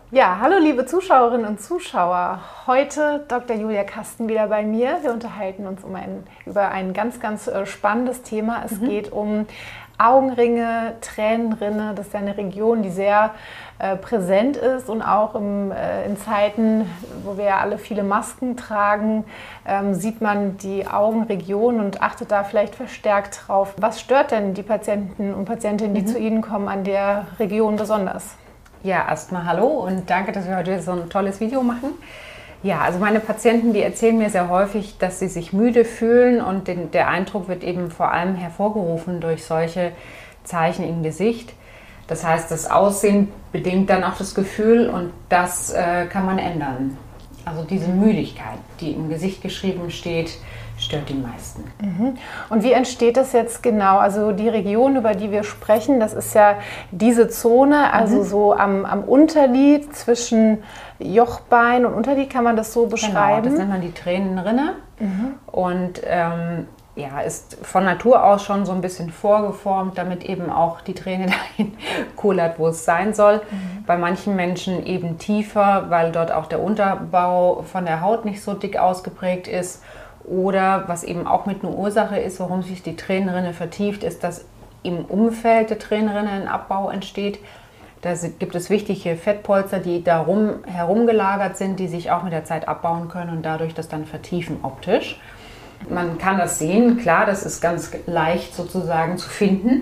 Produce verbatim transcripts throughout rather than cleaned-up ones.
Ja, hallo liebe Zuschauerinnen und Zuschauer. Heute Doktor Julia Kasten wieder bei mir. Wir unterhalten uns um ein, über ein ganz, ganz äh, spannendes Thema. Es mhm. geht um Augenringe, Tränenrinne. Das ist ja eine Region, die sehr äh, präsent ist und auch im, äh, in Zeiten, wo wir ja alle viele Masken tragen, ähm, sieht man die Augenregion und achtet da vielleicht verstärkt drauf. Was stört denn die Patienten und Patientinnen, die mhm. zu Ihnen kommen, an der Region besonders? Ja, erstmal hallo und danke, dass wir heute so ein tolles Video machen. Ja, also meine Patienten, die erzählen mir sehr häufig, dass sie sich müde fühlen und den, der Eindruck wird eben vor allem hervorgerufen durch solche Zeichen im Gesicht. Das heißt, das Aussehen bedingt dann auch das Gefühl und das äh, kann man ändern. Also diese Müdigkeit, die im Gesicht geschrieben steht, stört die meisten. Mhm. Und wie entsteht das jetzt genau? Also die Region, über die wir sprechen, das ist ja diese Zone, also mhm. so am, am Unterlid zwischen Jochbein und Unterlid, kann man das so beschreiben? Genau, das nennt man die Tränenrinne mhm. und ähm, ja, ist von Natur aus schon so ein bisschen vorgeformt, damit eben auch die Träne dahin kullert, wo es sein soll. Mhm. Bei manchen Menschen eben tiefer, weil dort auch der Unterbau von der Haut nicht so dick ausgeprägt ist. Oder was eben auch mit einer Ursache ist, warum sich die Tränenrinne vertieft, ist, dass im Umfeld der Tränenrinne ein Abbau entsteht. Da gibt es wichtige Fettpolster, die darum herumgelagert sind, die sich auch mit der Zeit abbauen können und dadurch das dann vertiefen optisch. Man kann das sehen, klar, das ist ganz leicht sozusagen zu finden.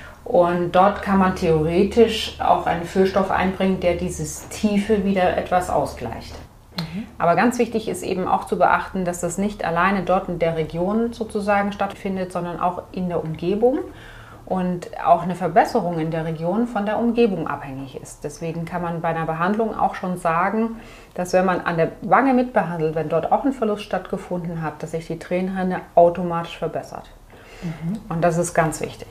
Und dort kann man theoretisch auch einen Füllstoff einbringen, der dieses Tiefe wieder etwas ausgleicht. Mhm. Aber ganz wichtig ist eben auch zu beachten, dass das nicht alleine dort in der Region sozusagen stattfindet, sondern auch in der Umgebung und auch eine Verbesserung in der Region von der Umgebung abhängig ist. Deswegen kann man bei einer Behandlung auch schon sagen, dass wenn man an der Wange mitbehandelt, wenn dort auch ein Verlust stattgefunden hat, dass sich die Tränenrinne automatisch verbessert. Mhm. Und das ist ganz wichtig.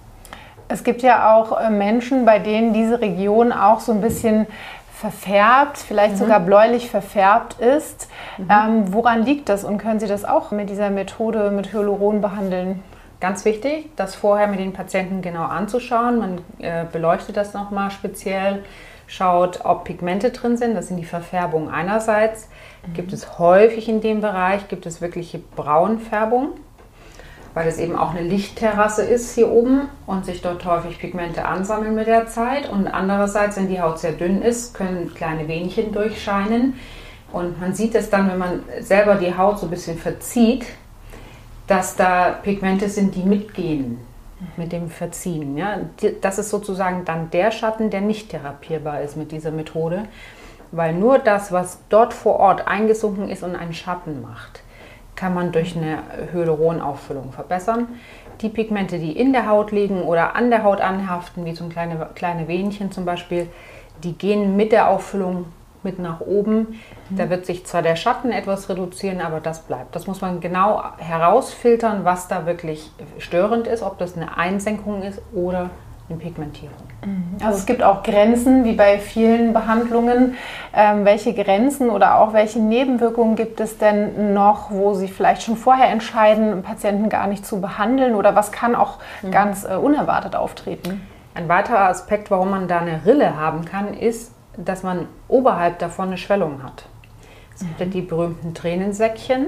Es gibt ja auch Menschen, bei denen diese Region auch so ein bisschen verfärbt, vielleicht mhm. sogar bläulich verfärbt ist. Mhm. Ähm, woran liegt das und können Sie das auch mit dieser Methode mit Hyaluron behandeln? Ganz wichtig, das vorher mit den Patienten genau anzuschauen. Man äh, beleuchtet das nochmal speziell, schaut, ob Pigmente drin sind. Das sind die Verfärbungen einerseits. Mhm. Gibt es häufig in dem Bereich, gibt es wirkliche Braunfärbung, weil es eben auch eine Lichtterrasse ist hier oben und sich dort häufig Pigmente ansammeln mit der Zeit. Und andererseits, wenn die Haut sehr dünn ist, können kleine Vänchen durchscheinen. Und man sieht es dann, wenn man selber die Haut so ein bisschen verzieht, dass da Pigmente sind, die mitgehen mit dem Verziehen. Ja? Das ist sozusagen dann der Schatten, der nicht therapierbar ist mit dieser Methode, weil nur das, was dort vor Ort eingesunken ist und einen Schatten macht, kann man durch eine Hyaluronauffüllung verbessern. Die Pigmente, die in der Haut liegen oder an der Haut anhaften, wie so kleine, kleine Vänchen zum Beispiel, die gehen mit der Auffüllung mit nach oben. Mhm. Da wird sich zwar der Schatten etwas reduzieren, aber das bleibt. Das muss man genau herausfiltern, was da wirklich störend ist, ob das eine Einsenkung ist oder eine Pigmentierung. Also es gibt auch Grenzen, wie bei vielen Behandlungen. Ähm, welche Grenzen oder auch welche Nebenwirkungen gibt es denn noch, wo Sie vielleicht schon vorher entscheiden, einen Patienten gar nicht zu behandeln? Oder was kann auch mhm. ganz äh, unerwartet auftreten? Ein weiterer Aspekt, warum man da eine Rille haben kann, ist, dass man oberhalb davon eine Schwellung hat. Es gibt mhm. ja die berühmten Tränensäckchen.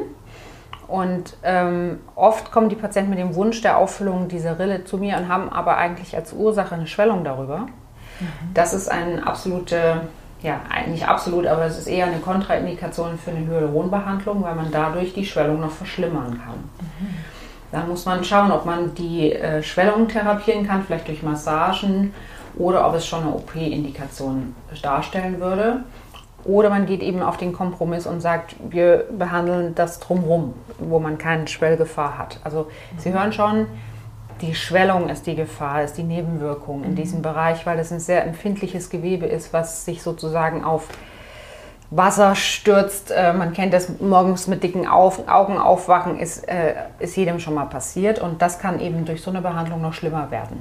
Und ähm, oft kommen die Patienten mit dem Wunsch der Auffüllung dieser Rille zu mir und haben aber eigentlich als Ursache eine Schwellung darüber. Mhm. Das ist eine absolute, ja, nicht absolut, aber es ist eher eine Kontraindikation für eine Hyaluronbehandlung, weil man dadurch die Schwellung noch verschlimmern kann. Mhm. Dann muss man schauen, ob man die äh, Schwellung therapieren kann, vielleicht durch Massagen oder ob es schon eine O P-Indikation darstellen würde. Oder man geht eben auf den Kompromiss und sagt, wir behandeln das drumherum, wo man keine Schwellgefahr hat. Also mhm. Sie hören schon, die Schwellung ist die Gefahr, ist die Nebenwirkung mhm. in diesem Bereich, weil es ein sehr empfindliches Gewebe ist, was sich sozusagen auf Wasser stürzt. Man kennt das, morgens mit dicken Augen aufwachen, ist, ist jedem schon mal passiert. Und das kann eben durch so eine Behandlung noch schlimmer werden.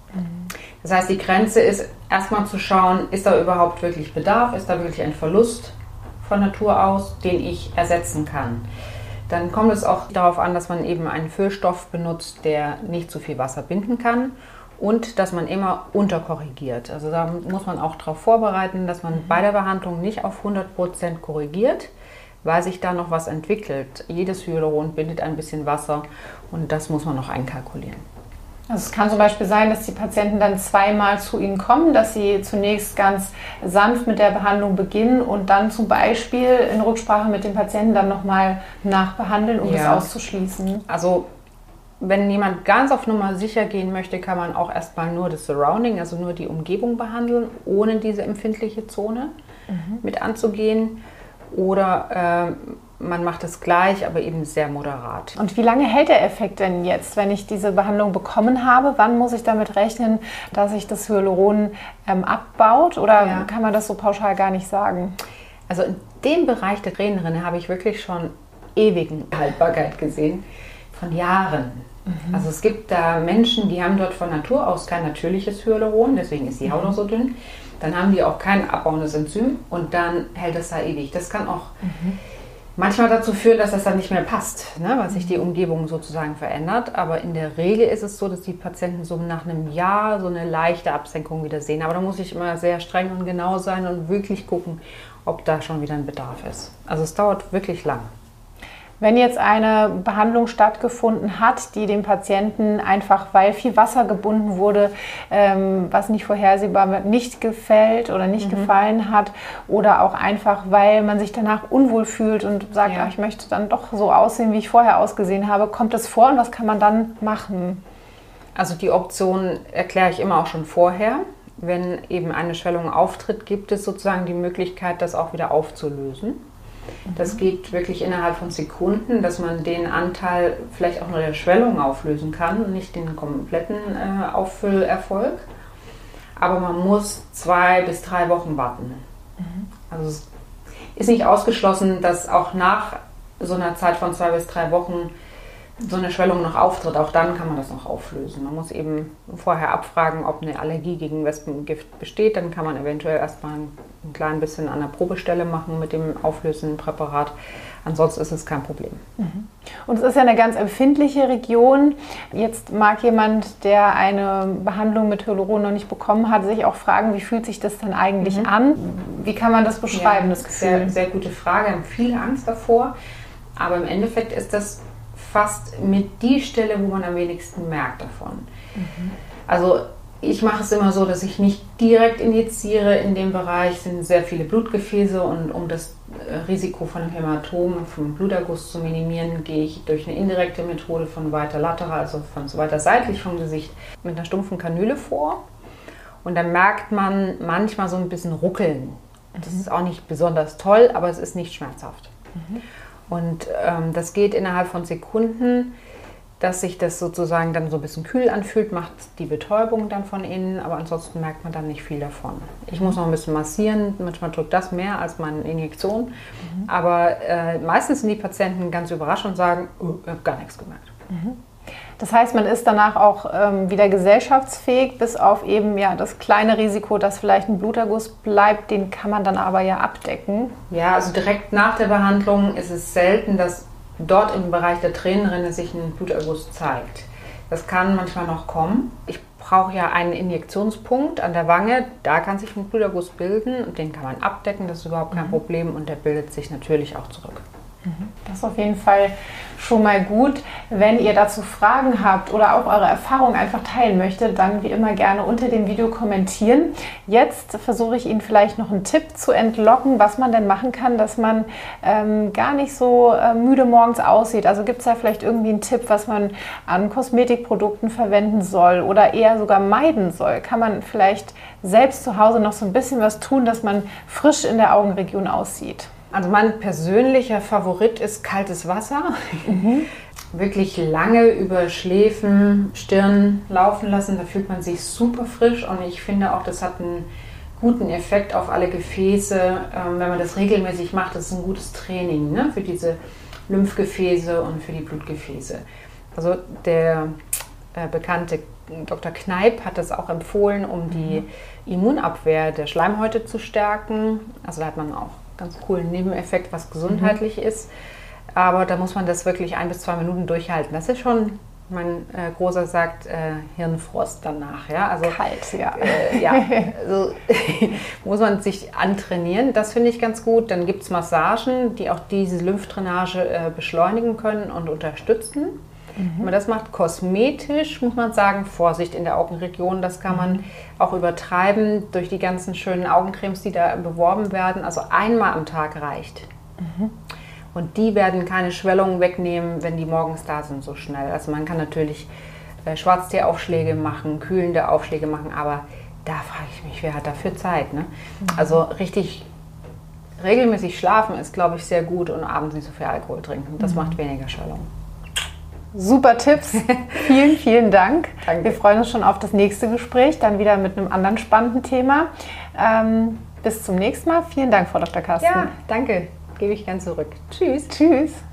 Das heißt, die Grenze ist erstmal zu schauen, ist da überhaupt wirklich Bedarf, ist da wirklich ein Verlust von Natur aus, den ich ersetzen kann. Dann kommt es auch darauf an, dass man eben einen Füllstoff benutzt, der nicht zu viel Wasser binden kann und dass man immer unterkorrigiert. Also da muss man auch darauf vorbereiten, dass man bei der Behandlung nicht auf hundert Prozent korrigiert, weil sich da noch was entwickelt. Jedes Hyaluron bindet ein bisschen Wasser und das muss man noch einkalkulieren. Also es kann zum Beispiel sein, dass die Patienten dann zweimal zu Ihnen kommen, dass Sie zunächst ganz sanft mit der Behandlung beginnen und dann zum Beispiel in Rücksprache mit dem Patienten dann nochmal nachbehandeln, um Ja. das auszuschließen. Also wenn jemand ganz auf Nummer sicher gehen möchte, kann man auch erstmal nur das Surrounding, also nur die Umgebung behandeln, ohne diese empfindliche Zone mhm. mit anzugehen. Oder äh, man macht es gleich, aber eben sehr moderat. Und wie lange hält der Effekt denn jetzt, wenn ich diese Behandlung bekommen habe? Wann muss ich damit rechnen, dass sich das Hyaluron ähm, abbaut? Oder ja. kann man das so pauschal gar nicht sagen? Also in dem Bereich der Tränenrinne habe ich wirklich schon ewigen Haltbarkeit gesehen, von Jahren. Mhm. Also es gibt da Menschen, die haben dort von Natur aus kein natürliches Hyaluron, deswegen ist die Haut auch so dünn. Dann haben die auch kein abbauendes Enzym und dann hält es da ewig. Das kann auch mhm. manchmal dazu führen, dass das dann nicht mehr passt, ne, weil sich die Umgebung sozusagen verändert. Aber in der Regel ist es so, dass die Patienten so nach einem Jahr so eine leichte Absenkung wieder sehen. Aber da muss ich immer sehr streng und genau sein und wirklich gucken, ob da schon wieder ein Bedarf ist. Also es dauert wirklich lang. Wenn jetzt eine Behandlung stattgefunden hat, die dem Patienten einfach, weil viel Wasser gebunden wurde, ähm, was nicht vorhersehbar war, nicht gefällt oder nicht mhm. gefallen hat oder auch einfach, weil man sich danach unwohl fühlt und sagt, ja. ach, ich möchte dann doch so aussehen, wie ich vorher ausgesehen habe, kommt das vor und was kann man dann machen? Also die Option erkläre ich immer auch schon vorher. Wenn eben eine Schwellung auftritt, gibt es sozusagen die Möglichkeit, das auch wieder aufzulösen. Das geht wirklich innerhalb von Sekunden, dass man den Anteil vielleicht auch nur der Schwellung auflösen kann und nicht den kompletten äh, Auffüllerfolg. Aber man muss zwei bis drei Wochen warten. Mhm. Also es ist nicht ausgeschlossen, dass auch nach so einer Zeit von zwei bis drei Wochen so eine Schwellung noch auftritt. Auch dann kann man das noch auflösen. Man muss eben vorher abfragen, ob eine Allergie gegen Wespengift besteht. Dann kann man eventuell erstmal ein klein bisschen an der Probestelle machen mit dem auflösenden Präparat. Ansonsten ist es kein Problem. Und es ist ja eine ganz empfindliche Region. Jetzt mag jemand, der eine Behandlung mit Hyaluron noch nicht bekommen hat, sich auch fragen, wie fühlt sich das dann eigentlich mhm. an? Wie kann man das beschreiben, ja, das Gefühl? Sehr, sehr gute Frage. Wir haben viel Angst davor. Aber im Endeffekt ist das fast mit die Stelle, wo man am wenigsten merkt davon. Mhm. Also ich mache es immer so, dass ich nicht direkt injiziere. In dem Bereich sind sehr viele Blutgefäße und um das Risiko von einem Hämatom, vom Bluterguss zu minimieren, gehe ich durch eine indirekte Methode von weiter lateral, also von weiter seitlich vom Gesicht, mit einer stumpfen Kanüle vor. Und dann merkt man manchmal so ein bisschen Ruckeln. Das mhm. ist auch nicht besonders toll, aber es ist nicht schmerzhaft. Mhm. Und ähm, das geht innerhalb von Sekunden, dass sich das sozusagen dann so ein bisschen kühl anfühlt, macht die Betäubung dann von innen, aber ansonsten merkt man dann nicht viel davon. Ich muss noch ein bisschen massieren, manchmal drückt das mehr als meine Injektion, mhm. aber äh, meistens sind die Patienten ganz überrascht und sagen, oh, ich habe gar nichts gemerkt. Mhm. Das heißt, man ist danach auch ähm, wieder gesellschaftsfähig, bis auf eben ja das kleine Risiko, dass vielleicht ein Bluterguss bleibt, den kann man dann aber ja abdecken. Ja, also direkt nach der Behandlung ist es selten, dass dort im Bereich der Tränenrinne sich ein Bluterguss zeigt. Das kann manchmal noch kommen. Ich brauche ja einen Injektionspunkt an der Wange, da kann sich ein Bluterguss bilden und den kann man abdecken, das ist überhaupt kein mhm. Problem und der bildet sich natürlich auch zurück. Das ist auf jeden Fall schon mal gut. Wenn ihr dazu Fragen habt oder auch eure Erfahrungen einfach teilen möchtet, dann wie immer gerne unter dem Video kommentieren. Jetzt versuche ich Ihnen vielleicht noch einen Tipp zu entlocken, was man denn machen kann, dass man ähm, gar nicht so äh, müde morgens aussieht. Also gibt es da vielleicht irgendwie einen Tipp, was man an Kosmetikprodukten verwenden soll oder eher sogar meiden soll? Kann man vielleicht selbst zu Hause noch so ein bisschen was tun, dass man frisch in der Augenregion aussieht? Also mein persönlicher Favorit ist kaltes Wasser. Mhm. Wirklich lange über Schläfen, Stirn laufen lassen, da fühlt man sich super frisch und ich finde auch, das hat einen guten Effekt auf alle Gefäße. Ähm, wenn man das regelmäßig macht, das ist ein gutes Training, ne, für diese Lymphgefäße und für die Blutgefäße. Also der äh, bekannte Doktor Kneip hat das auch empfohlen, um die mhm. Immunabwehr der Schleimhäute zu stärken. Also da hat man auch ganz coolen Nebeneffekt, was gesundheitlich mhm. ist. Aber da muss man das wirklich ein bis zwei Minuten durchhalten. Das ist schon Mein äh, Großer sagt äh, Hirnfrost danach. Ja? Also, kalt, ja. Äh, ja, also muss man sich antrainieren. Das finde ich ganz gut. Dann gibt es Massagen, die auch diese Lymphdrainage äh, beschleunigen können und unterstützen. Mhm. Wenn man das macht, kosmetisch muss man sagen, Vorsicht in der Augenregion. Das kann man mhm. auch übertreiben durch die ganzen schönen Augencremes, die da beworben werden. Also einmal am Tag reicht. Mhm. Und die werden keine Schwellungen wegnehmen, wenn die morgens da sind, so schnell. Also man kann natürlich äh, Schwarzteeaufschläge machen, kühlende Aufschläge machen, aber da frage ich mich, wer hat dafür Zeit? Ne? Mhm. Also richtig regelmäßig schlafen ist, glaube ich, sehr gut und abends nicht so viel Alkohol trinken. Das mhm. macht weniger Schwellung. Super Tipps. Vielen, vielen Dank. Danke. Wir freuen uns schon auf das nächste Gespräch, dann wieder mit einem anderen spannenden Thema. Ähm, bis zum nächsten Mal. Vielen Dank, Frau Doktor Carsten. Ja, danke. Gebe ich gern zurück. Tschüss. Tschüss.